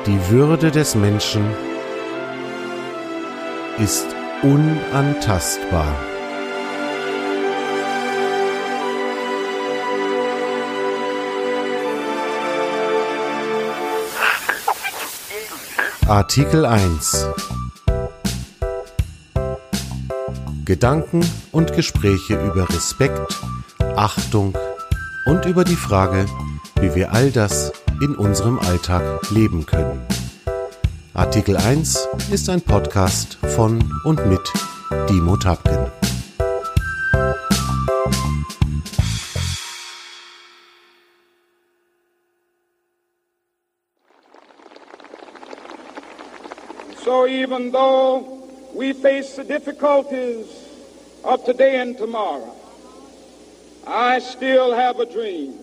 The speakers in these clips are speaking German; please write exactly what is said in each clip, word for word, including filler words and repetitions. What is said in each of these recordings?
Die Würde des Menschen ist unantastbar. Artikel eins. Gedanken und Gespräche über Respekt, Achtung und über die Frage, wie wir all das in unserem Alltag leben können. Artikel eins ist ein Podcast von und mit Dimo Tapken. So even though we face the difficulties of today and tomorrow, I still have a dream.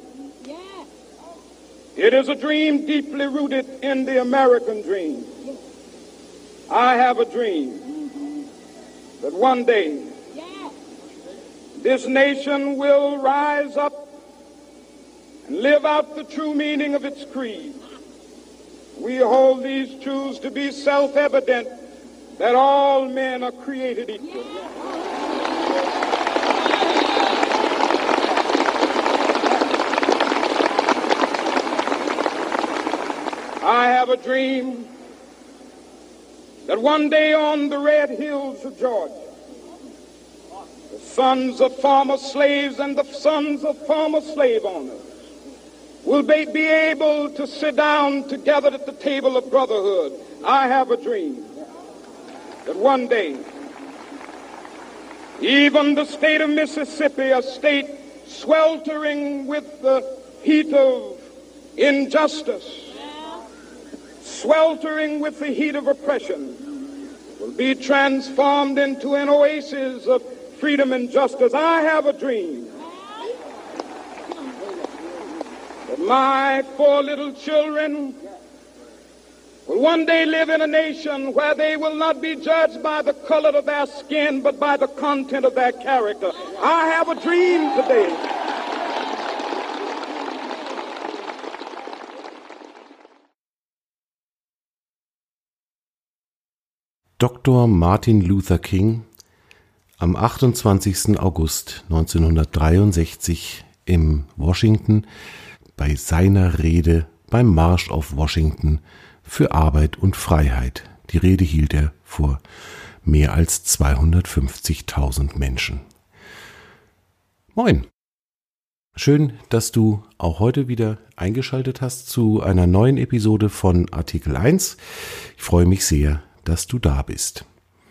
It is a dream deeply rooted in the American dream. I have a dream that one day this nation will rise up and live out the true meaning of its creed. We hold these truths to be self-evident, that all men are created equal. I have a dream that one day on the red hills of Georgia, the sons of former slaves and the sons of former slave owners will be, be able to sit down together at the table of brotherhood. I have a dream that one day, even the state of Mississippi, a state sweltering with the heat of injustice, sweltering with the heat of oppression, will be transformed into an oasis of freedom and justice. I have a dream that my four little children will one day live in a nation where they will not be judged by the color of their skin, but by the content of their character. I have a dream today. Doktor Martin Luther King am achtundzwanzigsten August neunzehnhundertdreiundsechzig in Washington bei seiner Rede beim Marsch auf Washington für Arbeit und Freiheit. Die Rede hielt er vor mehr als zweihundertfünfzigtausend Menschen. Moin! Schön, dass du auch heute wieder eingeschaltet hast zu einer neuen Episode von Artikel eins. Ich freue mich sehr, dass du da bist.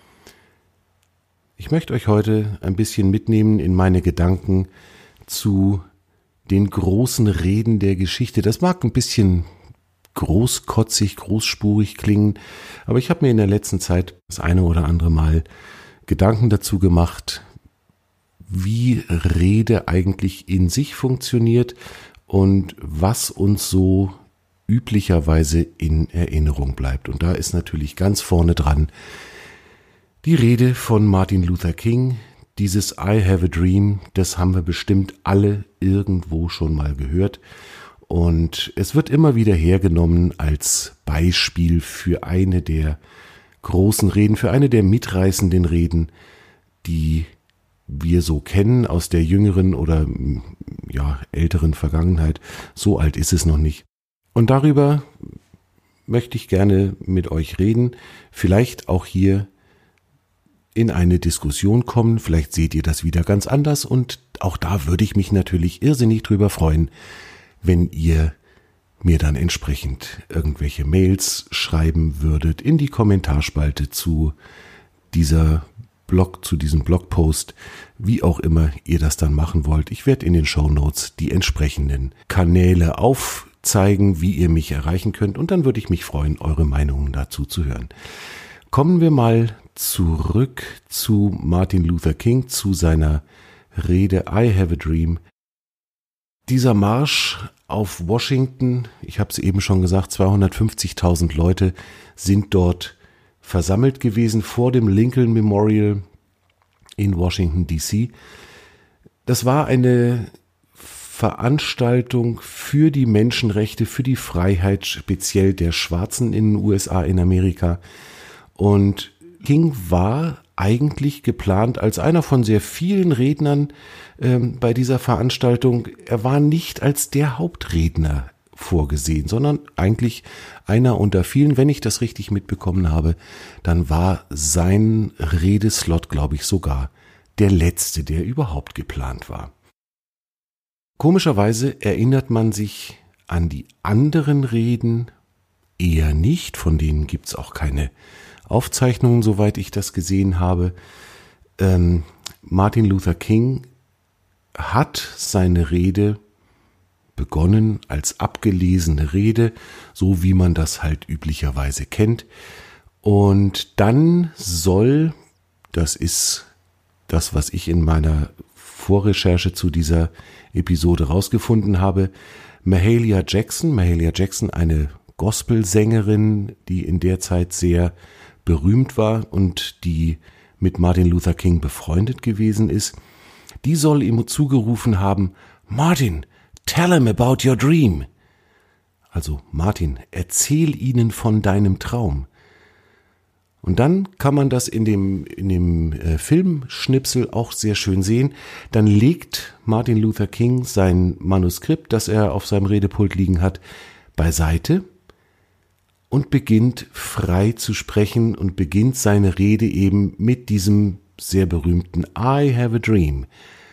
Ich möchte euch heute ein bisschen mitnehmen in meine Gedanken zu den großen Reden der Geschichte. Das mag ein bisschen großkotzig, großspurig klingen, aber ich habe mir in der letzten Zeit das eine oder andere Mal Gedanken dazu gemacht, wie Rede eigentlich in sich funktioniert und was uns so üblicherweise in Erinnerung bleibt. Und da ist natürlich ganz vorne dran die Rede von Martin Luther King. Dieses I have a dream, das haben wir bestimmt alle irgendwo schon mal gehört. Und es wird immer wieder hergenommen als Beispiel für eine der großen Reden, für eine der mitreißenden Reden, die wir so kennen aus der jüngeren oder ja älteren Vergangenheit. So alt ist es noch nicht. Und darüber möchte ich gerne mit euch reden, vielleicht auch hier in eine Diskussion kommen, vielleicht seht ihr das wieder ganz anders und auch da würde ich mich natürlich irrsinnig drüber freuen, wenn ihr mir dann entsprechend irgendwelche Mails schreiben würdet in die Kommentarspalte zu dieser Blog, zu diesem Blogpost, wie auch immer ihr das dann machen wollt. Ich werde in den Shownotes die entsprechenden Kanäle auf zeigen, wie ihr mich erreichen könnt und dann würde ich mich freuen, eure Meinungen dazu zu hören. Kommen wir mal zurück zu Martin Luther King, zu seiner Rede I have a dream. Dieser Marsch auf Washington, ich habe es eben schon gesagt, zweihundertfünfzigtausend Leute sind dort versammelt gewesen vor dem Lincoln Memorial in Washington D C. Das war eine Veranstaltung für die Menschenrechte, für die Freiheit, speziell der Schwarzen in den U S A, in Amerika. Und King war eigentlich geplant als einer von sehr vielen Rednern ähm, bei dieser Veranstaltung. Er war nicht als der Hauptredner vorgesehen, sondern eigentlich einer unter vielen. Wenn ich das richtig mitbekommen habe, dann war sein Redeslot, glaube ich, sogar der letzte, der überhaupt geplant war. Komischerweise erinnert man sich an die anderen Reden eher nicht, von denen gibt es auch keine Aufzeichnungen, soweit ich das gesehen habe. Ähm, Martin Luther King hat seine Rede begonnen als abgelesene Rede, so wie man das halt üblicherweise kennt. Und dann soll, das ist das, was ich in meiner Vorrecherche zu dieser Episode rausgefunden habe, Mahalia Jackson, Mahalia Jackson, eine Gospelsängerin, die in der Zeit sehr berühmt war und die mit Martin Luther King befreundet gewesen ist, die soll ihm zugerufen haben, Martin, tell him about your dream. Also Martin, erzähl ihnen von deinem Traum. Und dann kann man das in dem, in dem äh, Filmschnipsel auch sehr schön sehen. Dann legt Martin Luther King sein Manuskript, das er auf seinem Redepult liegen hat, beiseite und beginnt frei zu sprechen und beginnt seine Rede eben mit diesem sehr berühmten I have a dream.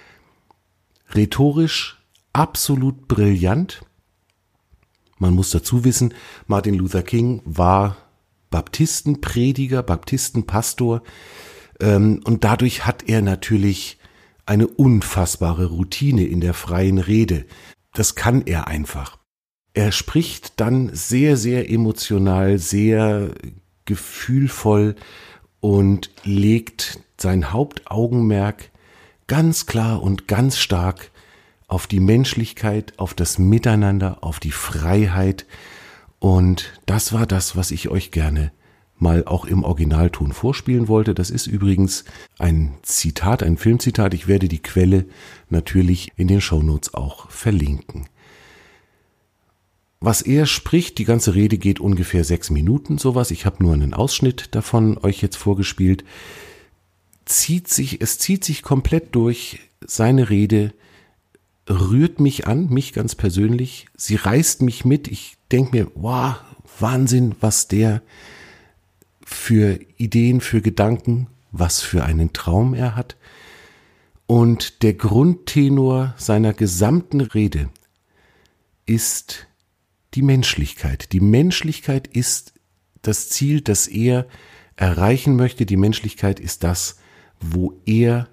Rhetorisch absolut brillant. Man muss dazu wissen, Martin Luther King war Baptistenprediger, Baptistenpastor, ähm, und dadurch hat er natürlich eine unfassbare Routine in der freien Rede. Das kann er einfach. Er spricht dann sehr, sehr emotional, sehr gefühlvoll und legt sein Hauptaugenmerk ganz klar und ganz stark auf die Menschlichkeit, auf das Miteinander, auf die Freiheit. Und das war das, was ich euch gerne mal auch im Originalton vorspielen wollte. Das ist übrigens ein Zitat, ein Filmzitat. Ich werde die Quelle natürlich in den Shownotes auch verlinken. Was er spricht, die ganze Rede geht ungefähr sechs Minuten, sowas. Ich habe nur einen Ausschnitt davon euch jetzt vorgespielt. Zieht sich, es zieht sich komplett durch. Seine Rede rührt mich an, mich ganz persönlich. Sie reißt mich mit. Ich denke mir, wow, Wahnsinn, was der für Ideen, für Gedanken, was für einen Traum er hat. Und der Grundtenor seiner gesamten Rede ist die Menschlichkeit. Die Menschlichkeit ist das Ziel, das er erreichen möchte. Die Menschlichkeit ist das, wo er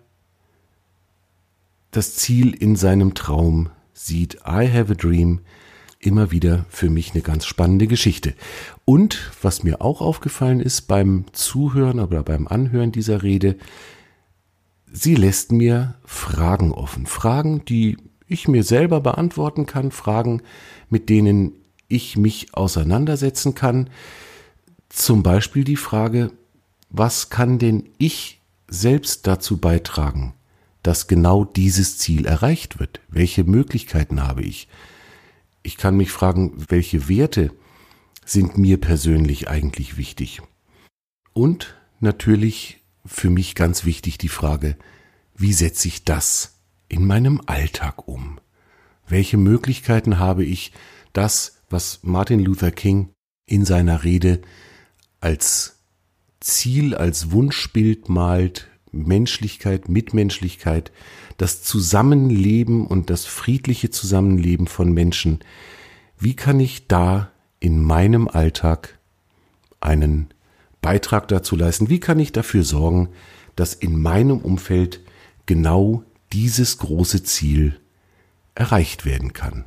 das Ziel in seinem Traum sieht. I have a dream. Immer wieder für mich eine ganz spannende Geschichte. Und was mir auch aufgefallen ist beim Zuhören oder beim Anhören dieser Rede, sie lässt mir Fragen offen. Fragen, die ich mir selber beantworten kann. Fragen, mit denen ich mich auseinandersetzen kann. Zum Beispiel die Frage, was kann denn ich selbst dazu beitragen, dass genau dieses Ziel erreicht wird? Welche Möglichkeiten habe ich? Ich kann mich fragen, welche Werte sind mir persönlich eigentlich wichtig? Und natürlich für mich ganz wichtig die Frage, wie setze ich das in meinem Alltag um? Welche Möglichkeiten habe ich, das, was Martin Luther King in seiner Rede als Ziel, als Wunschbild malt, Menschlichkeit, Mitmenschlichkeit, das Zusammenleben und das friedliche Zusammenleben von Menschen. Wie kann ich da in meinem Alltag einen Beitrag dazu leisten? Wie kann ich dafür sorgen, dass in meinem Umfeld genau dieses große Ziel erreicht werden kann?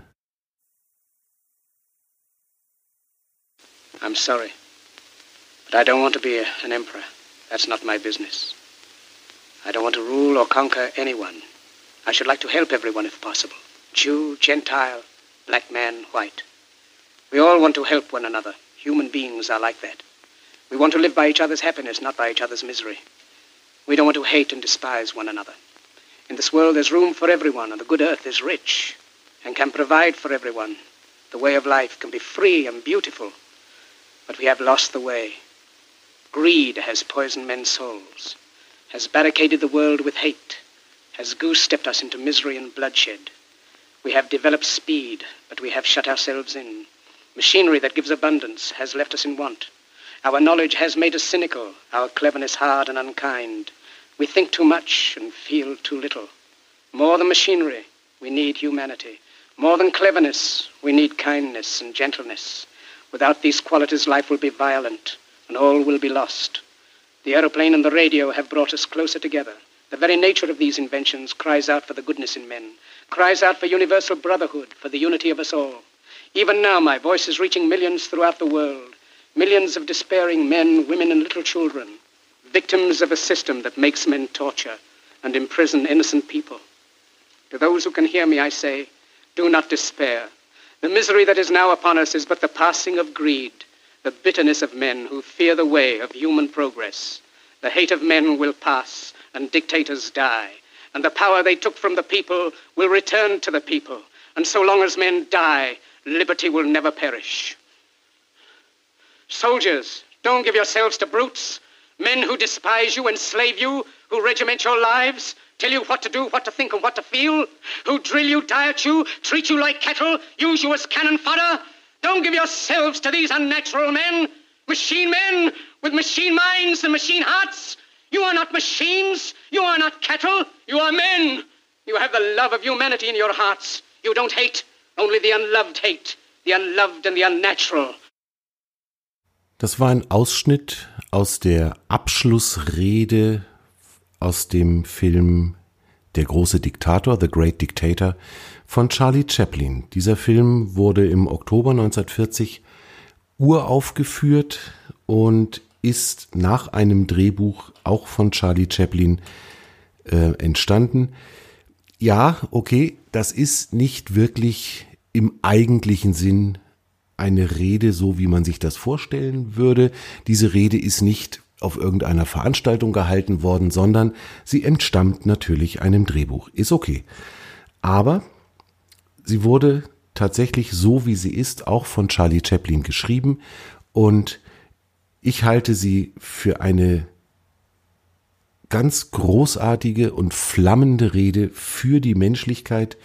I'm sorry, but I don't want to be an emperor. That's not my business. I don't want to rule or conquer anyone. I should like to help everyone if possible. Jew, Gentile, black man, white. We all want to help one another. Human beings are like that. We want to live by each other's happiness, not by each other's misery. We don't want to hate and despise one another. In this world there's room for everyone, and the good earth is rich. and can provide for everyone. The way of life can be free and beautiful, but we have lost the way. Greed has poisoned men's souls, has barricaded the world with hate, has goose-stepped us into misery and bloodshed. We have developed speed, but we have shut ourselves in. Machinery that gives abundance has left us in want. Our knowledge has made us cynical, our cleverness hard and unkind. We think too much and feel too little. More than machinery, we need humanity. More than cleverness, we need kindness and gentleness. Without these qualities, life will be violent, and all will be lost. The aeroplane and the radio have brought us closer together. The very nature of these inventions cries out for the goodness in men, cries out for universal brotherhood, for the unity of us all. Even now, my voice is reaching millions throughout the world, millions of despairing men, women, and little children, victims of a system that makes men torture and imprison innocent people. To those who can hear me, I say, do not despair. The misery that is now upon us is but the passing of greed, the bitterness of men who fear the way of human progress. The hate of men will pass, and dictators die, and the power they took from the people will return to the people. And so long as men die, liberty will never perish. Soldiers, don't give yourselves to brutes, men who despise you, enslave you, who regiment your lives, tell you what to do, what to think, and what to feel, who drill you, diet you, treat you like cattle, use you as cannon fodder. Don't give yourselves to these unnatural men, machine men with machine minds and machine hearts. You are not machines, you are not cattle, you are men. You have the love of humanity in your hearts. You don't hate, only the unloved hate, the unloved and the unnatural. Das war ein Ausschnitt aus der Abschlussrede aus dem Film Der große Diktator, The Great Dictator von Charlie Chaplin. Dieser Film wurde im Oktober neunzehnhundertvierzig uraufgeführt und ist nach einem Drehbuch auch von Charlie Chaplin äh, entstanden. Ja, okay, das ist nicht wirklich im eigentlichen Sinn eine Rede, so wie man sich das vorstellen würde. Diese Rede ist nicht auf irgendeiner Veranstaltung gehalten worden, sondern sie entstammt natürlich einem Drehbuch. Ist okay. Aber sie wurde tatsächlich so, wie sie ist, auch von Charlie Chaplin geschrieben und ich halte sie für eine ganz großartige und flammende Rede für die Menschlichkeit.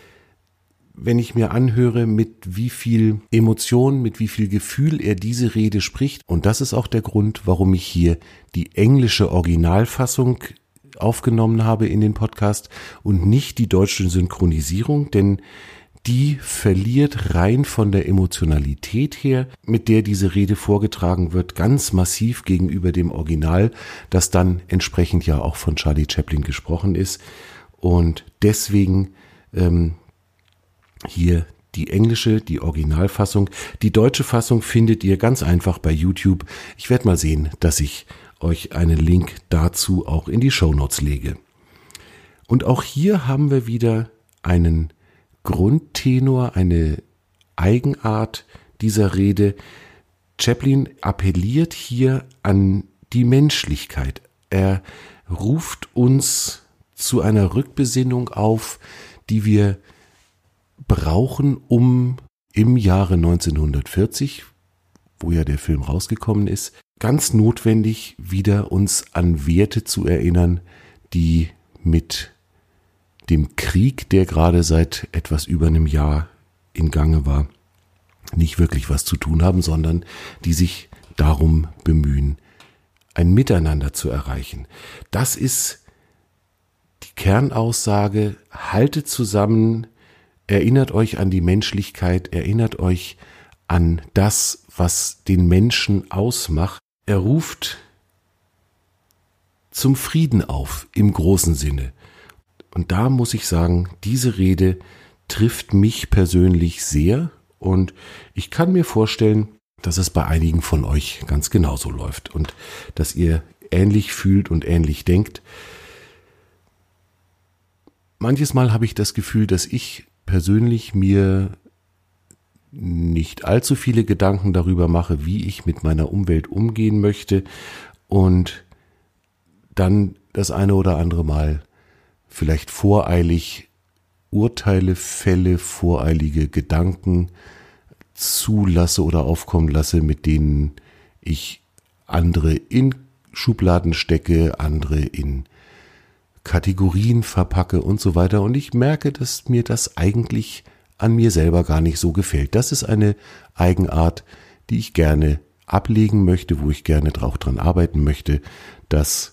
Wenn ich mir anhöre, mit wie viel Emotion, mit wie viel Gefühl er diese Rede spricht. Und das ist auch der Grund, warum ich hier die englische Originalfassung aufgenommen habe in den Podcast und nicht die deutsche Synchronisierung, denn die verliert rein von der Emotionalität her, mit der diese Rede vorgetragen wird, ganz massiv gegenüber dem Original, das dann entsprechend ja auch von Charlie Chaplin gesprochen ist. Und deswegen ähm, hier die englische, die Originalfassung. Die deutsche Fassung findet ihr ganz einfach bei YouTube. Ich werde mal sehen, dass ich euch einen Link dazu auch in die Shownotes lege. Und auch hier haben wir wieder einen Grundtenor, eine Eigenart dieser Rede. Chaplin appelliert hier an die Menschlichkeit. Er ruft uns zu einer Rückbesinnung auf, die wir brauchen, um im Jahre neunzehnhundertvierzig, wo ja der Film rausgekommen ist, ganz notwendig wieder uns an Werte zu erinnern, die mit dem Krieg, der gerade seit etwas über einem Jahr in Gange war, nicht wirklich was zu tun haben, sondern die sich darum bemühen, ein Miteinander zu erreichen. Das ist die Kernaussage: Haltet zusammen, erinnert euch an die Menschlichkeit, erinnert euch an das, was den Menschen ausmacht. Er ruft zum Frieden auf, im großen Sinne. Und da muss ich sagen, diese Rede trifft mich persönlich sehr und ich kann mir vorstellen, dass es bei einigen von euch ganz genauso läuft und dass ihr ähnlich fühlt und ähnlich denkt. Manches Mal habe ich das Gefühl, dass ich persönlich mir nicht allzu viele Gedanken darüber mache, wie ich mit meiner Umwelt umgehen möchte und dann das eine oder andere Mal vielleicht voreilig Urteile fälle, voreilige Gedanken zulasse oder aufkommen lasse, mit denen ich andere in Schubladen stecke, andere in Kategorien verpacke und so weiter. Und ich merke, dass mir das eigentlich an mir selber gar nicht so gefällt. Das ist eine Eigenart, die ich gerne ablegen möchte, wo ich gerne auch dran arbeiten möchte, dass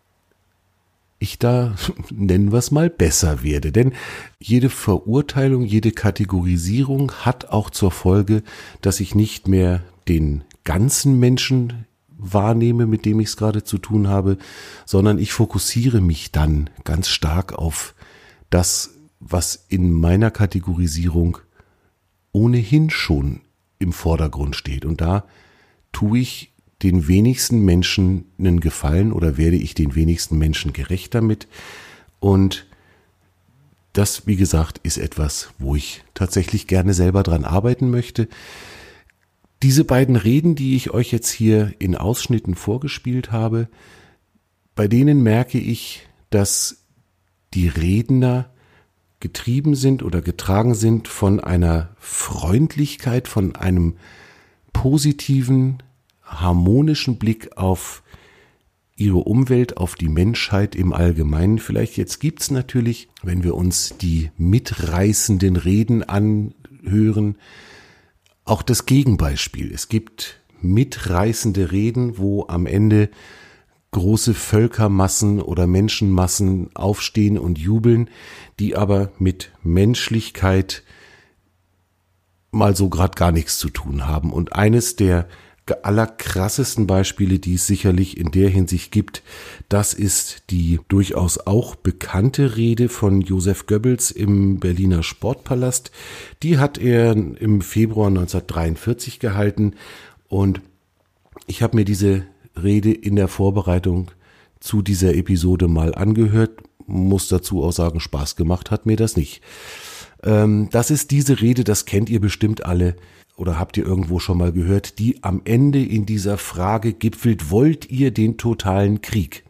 ich da, nennen wir es mal, besser werde. Denn jede Verurteilung, jede Kategorisierung hat auch zur Folge, dass ich nicht mehr den ganzen Menschen wahrnehme, mit dem ich es gerade zu tun habe, sondern ich fokussiere mich dann ganz stark auf das, was in meiner Kategorisierung ohnehin schon im Vordergrund steht. Und da tue ich den wenigsten Menschen einen Gefallen oder werde ich den wenigsten Menschen gerecht damit. Und das, wie gesagt, ist etwas, wo ich tatsächlich gerne selber dran arbeiten möchte. Diese beiden Reden, die ich euch jetzt hier in Ausschnitten vorgespielt habe, bei denen merke ich, dass die Redner getrieben sind oder getragen sind von einer Freundlichkeit, von einem positiven, harmonischen Blick auf ihre Umwelt, auf die Menschheit im Allgemeinen. Vielleicht jetzt gibt's natürlich, wenn wir uns die mitreißenden Reden anhören, auch das Gegenbeispiel. Es gibt mitreißende Reden, wo am Ende große Völkermassen oder Menschenmassen aufstehen und jubeln, die aber mit Menschlichkeit mal so gerade gar nichts zu tun haben. Und eines der allerkrassesten Beispiele, die es sicherlich in der Hinsicht gibt, das ist die durchaus auch bekannte Rede von Joseph Goebbels im Berliner Sportpalast. Die hat er im Februar neunzehnhundertdreiundvierzig gehalten und ich habe mir diese Rede in der Vorbereitung zu dieser Episode mal angehört, muss dazu auch sagen, Spaß gemacht hat mir das nicht. Ähm, das ist diese Rede, das kennt ihr bestimmt alle, oder habt ihr irgendwo schon mal gehört, die am Ende in dieser Frage gipfelt: Wollt ihr den totalen Krieg?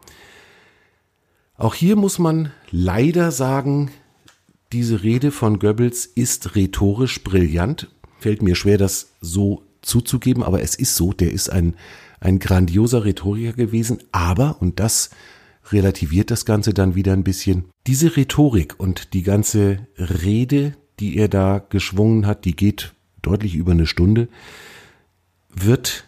Auch hier muss man leider sagen, diese Rede von Goebbels ist rhetorisch brillant. Fällt mir schwer, das so zuzugeben, aber es ist so, der ist ein, ein grandioser Rhetoriker gewesen. Aber, und das relativiert das Ganze dann wieder ein bisschen, diese Rhetorik und die ganze Rede, die er da geschwungen hat, die geht deutlich über eine Stunde, wird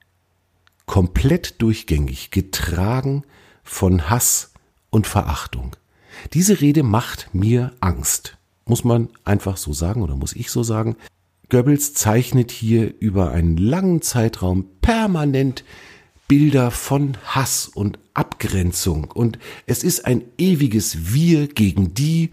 komplett durchgängig getragen von Hass und Verachtung. Diese Rede macht mir Angst, muss man einfach so sagen oder muss ich so sagen. Goebbels zeichnet hier über einen langen Zeitraum permanent Bilder von Hass und Abgrenzung und es ist ein ewiges Wir gegen die.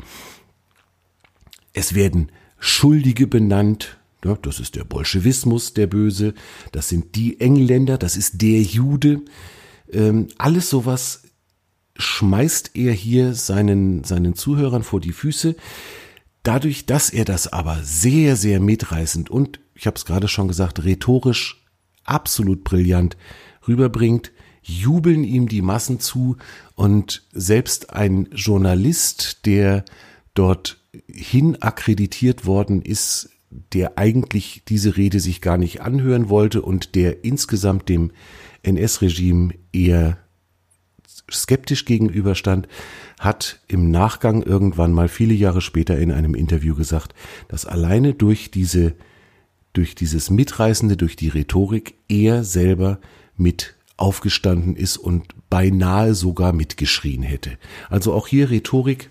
Es werden Schuldige benannt. Ja, das ist der Bolschewismus, der Böse, das sind die Engländer, das ist der Jude. Ähm, alles sowas schmeißt er hier seinen, seinen Zuhörern vor die Füße. Dadurch, dass er das aber sehr, sehr mitreißend und, ich habe es gerade schon gesagt, rhetorisch absolut brillant rüberbringt, jubeln ihm die Massen zu und selbst ein Journalist, der dort hin akkreditiert worden ist, der eigentlich diese Rede sich gar nicht anhören wollte und der insgesamt dem N S-Regime eher skeptisch gegenüberstand, hat im Nachgang irgendwann mal viele Jahre später in einem Interview gesagt, dass alleine durch diese, durch dieses Mitreißende, durch die Rhetorik er selber mit aufgestanden ist und beinahe sogar mitgeschrien hätte. Also auch hier Rhetorik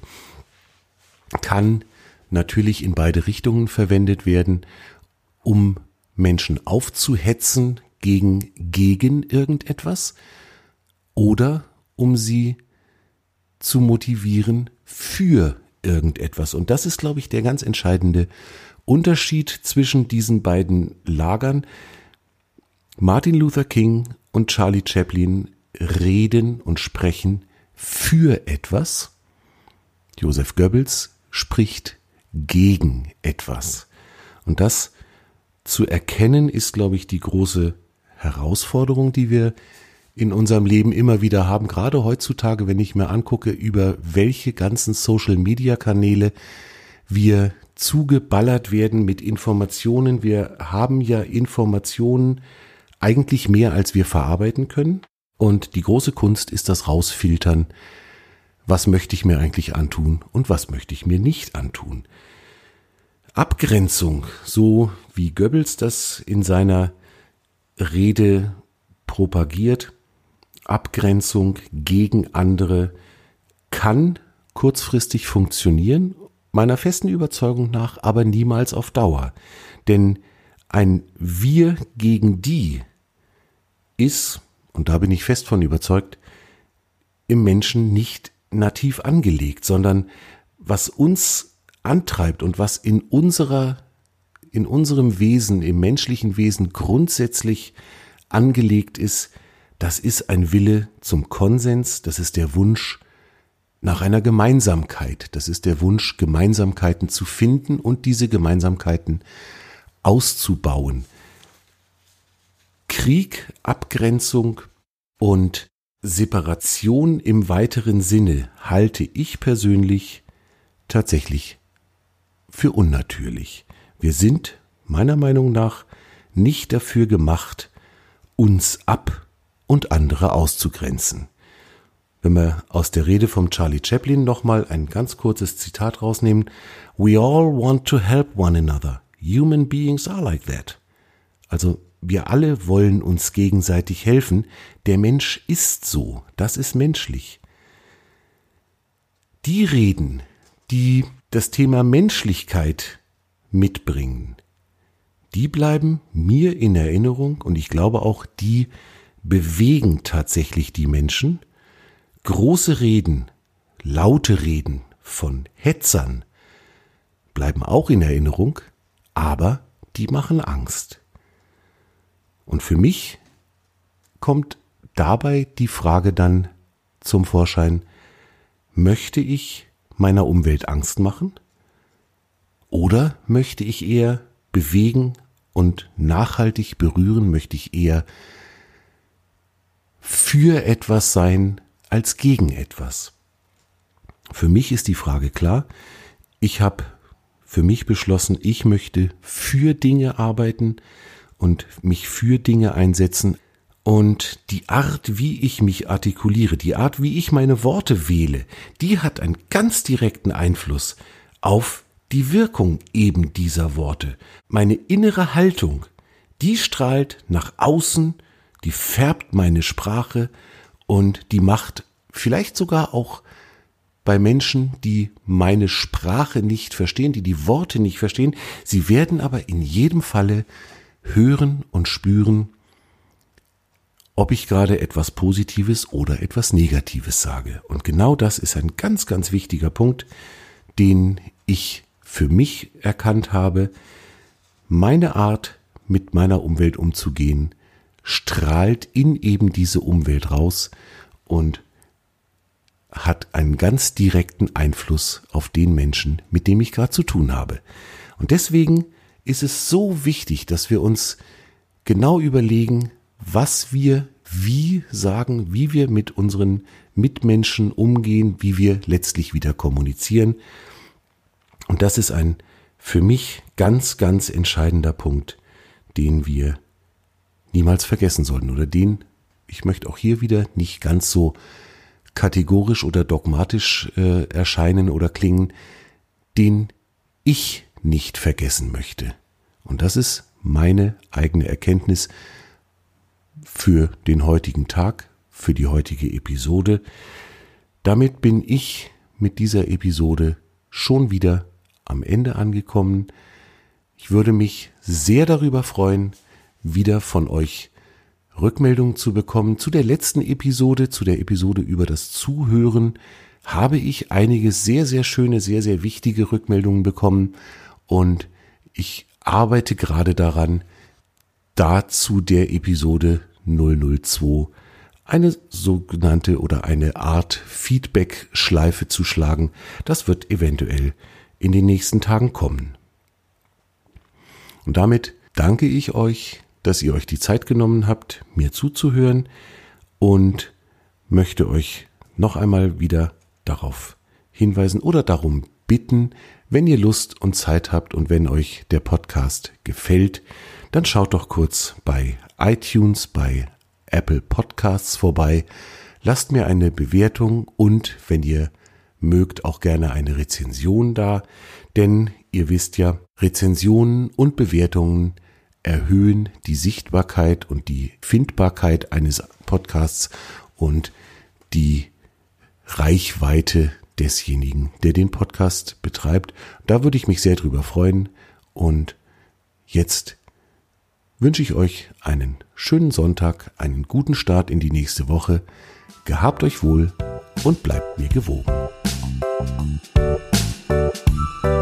kann natürlich in beide Richtungen verwendet werden, um Menschen aufzuhetzen gegen, gegen irgendetwas oder um sie zu motivieren für irgendetwas. Und das ist, glaube ich, der ganz entscheidende Unterschied zwischen diesen beiden Lagern. Martin Luther King und Charlie Chaplin reden und sprechen für etwas. Joseph Goebbels spricht gegen etwas. Und das zu erkennen ist, glaube ich, die große Herausforderung, die wir in unserem Leben immer wieder haben. Gerade heutzutage, wenn ich mir angucke, über welche ganzen Social-Media-Kanäle wir zugeballert werden mit Informationen. Wir haben ja Informationen eigentlich mehr, als wir verarbeiten können. Und die große Kunst ist das Rausfiltern. Was möchte ich mir eigentlich antun und was möchte ich mir nicht antun? Abgrenzung, so wie Goebbels das in seiner Rede propagiert, Abgrenzung gegen andere kann kurzfristig funktionieren, meiner festen Überzeugung nach, aber niemals auf Dauer. Denn ein Wir gegen die ist, und da bin ich fest von überzeugt, im Menschen nicht nativ angelegt, sondern was uns antreibt und was in unserer, in unserem Wesen, im menschlichen Wesen grundsätzlich angelegt ist, das ist ein Wille zum Konsens, das ist der Wunsch nach einer Gemeinsamkeit, das ist der Wunsch, Gemeinsamkeiten zu finden und diese Gemeinsamkeiten auszubauen. Krieg, Abgrenzung und Separation im weiteren Sinne halte ich persönlich tatsächlich für unnatürlich. Wir sind meiner Meinung nach nicht dafür gemacht, uns ab und andere auszugrenzen. Wenn wir aus der Rede vom Charlie Chaplin nochmal ein ganz kurzes Zitat rausnehmen: We all want to help one another. Human beings are like that. Also wir alle wollen uns gegenseitig helfen. Der Mensch ist so. Das ist menschlich. Die Reden, die das Thema Menschlichkeit mitbringen, die bleiben mir in Erinnerung und ich glaube auch, die bewegen tatsächlich die Menschen. Große Reden, laute Reden von Hetzern bleiben auch in Erinnerung, aber die machen Angst. Und für mich kommt dabei die Frage dann zum Vorschein: Möchte ich meiner Umwelt Angst machen? Oder möchte ich eher bewegen und nachhaltig berühren? Möchte ich eher für etwas sein als gegen etwas? Für mich ist die Frage klar. Ich habe für mich beschlossen, ich möchte für Dinge arbeiten und mich für Dinge einsetzen. Und die Art, wie ich mich artikuliere, die Art, wie ich meine Worte wähle, die hat einen ganz direkten Einfluss auf die Wirkung eben dieser Worte. Meine innere Haltung, die strahlt nach außen, die färbt meine Sprache und die macht vielleicht sogar auch bei Menschen, die meine Sprache nicht verstehen, die die Worte nicht verstehen, sie werden aber in jedem Falle hören und spüren, ob ich gerade etwas Positives oder etwas Negatives sage. Und genau das ist ein ganz, ganz wichtiger Punkt, den ich für mich erkannt habe. Meine Art, mit meiner Umwelt umzugehen, strahlt in eben diese Umwelt raus und hat einen ganz direkten Einfluss auf den Menschen, mit dem ich gerade zu tun habe. Und deswegen ist es so wichtig, dass wir uns genau überlegen, was wir wie sagen, wie wir mit unseren Mitmenschen umgehen, wie wir letztlich wieder kommunizieren. Und das ist ein für mich ganz, ganz entscheidender Punkt, den wir niemals vergessen sollten oder den, ich möchte auch hier wieder nicht ganz so kategorisch oder dogmatisch äh, erscheinen oder klingen, den ich nicht vergessen möchte. Und das ist meine eigene Erkenntnis für den heutigen Tag, für die heutige Episode. Damit bin ich mit dieser Episode schon wieder am Ende angekommen. Ich würde mich sehr darüber freuen, wieder von euch Rückmeldungen zu bekommen. Zu der letzten Episode, zu der Episode über das Zuhören, habe ich einige sehr, sehr schöne, sehr, sehr wichtige Rückmeldungen bekommen und ich arbeite gerade daran, dazu der Episode null null zwei eine sogenannte oder eine Art Feedback-Schleife zu schlagen. Das wird eventuell in den nächsten Tagen kommen. Und damit danke ich euch, dass ihr euch die Zeit genommen habt, mir zuzuhören und möchte euch noch einmal wieder darauf hinweisen oder darum bitten, Wenn ihr Lust und Zeit habt und wenn euch der Podcast gefällt, dann schaut doch kurz bei iTunes, bei Apple Podcasts vorbei, lasst mir eine Bewertung und, wenn ihr mögt, auch gerne eine Rezension da, denn ihr wisst ja, Rezensionen und Bewertungen erhöhen die Sichtbarkeit und die Findbarkeit eines Podcasts und die Reichweite desjenigen, der den Podcast betreibt. Da würde ich mich sehr drüber freuen und jetzt wünsche ich euch einen schönen Sonntag, einen guten Start in die nächste Woche. Gehabt euch wohl und bleibt mir gewogen.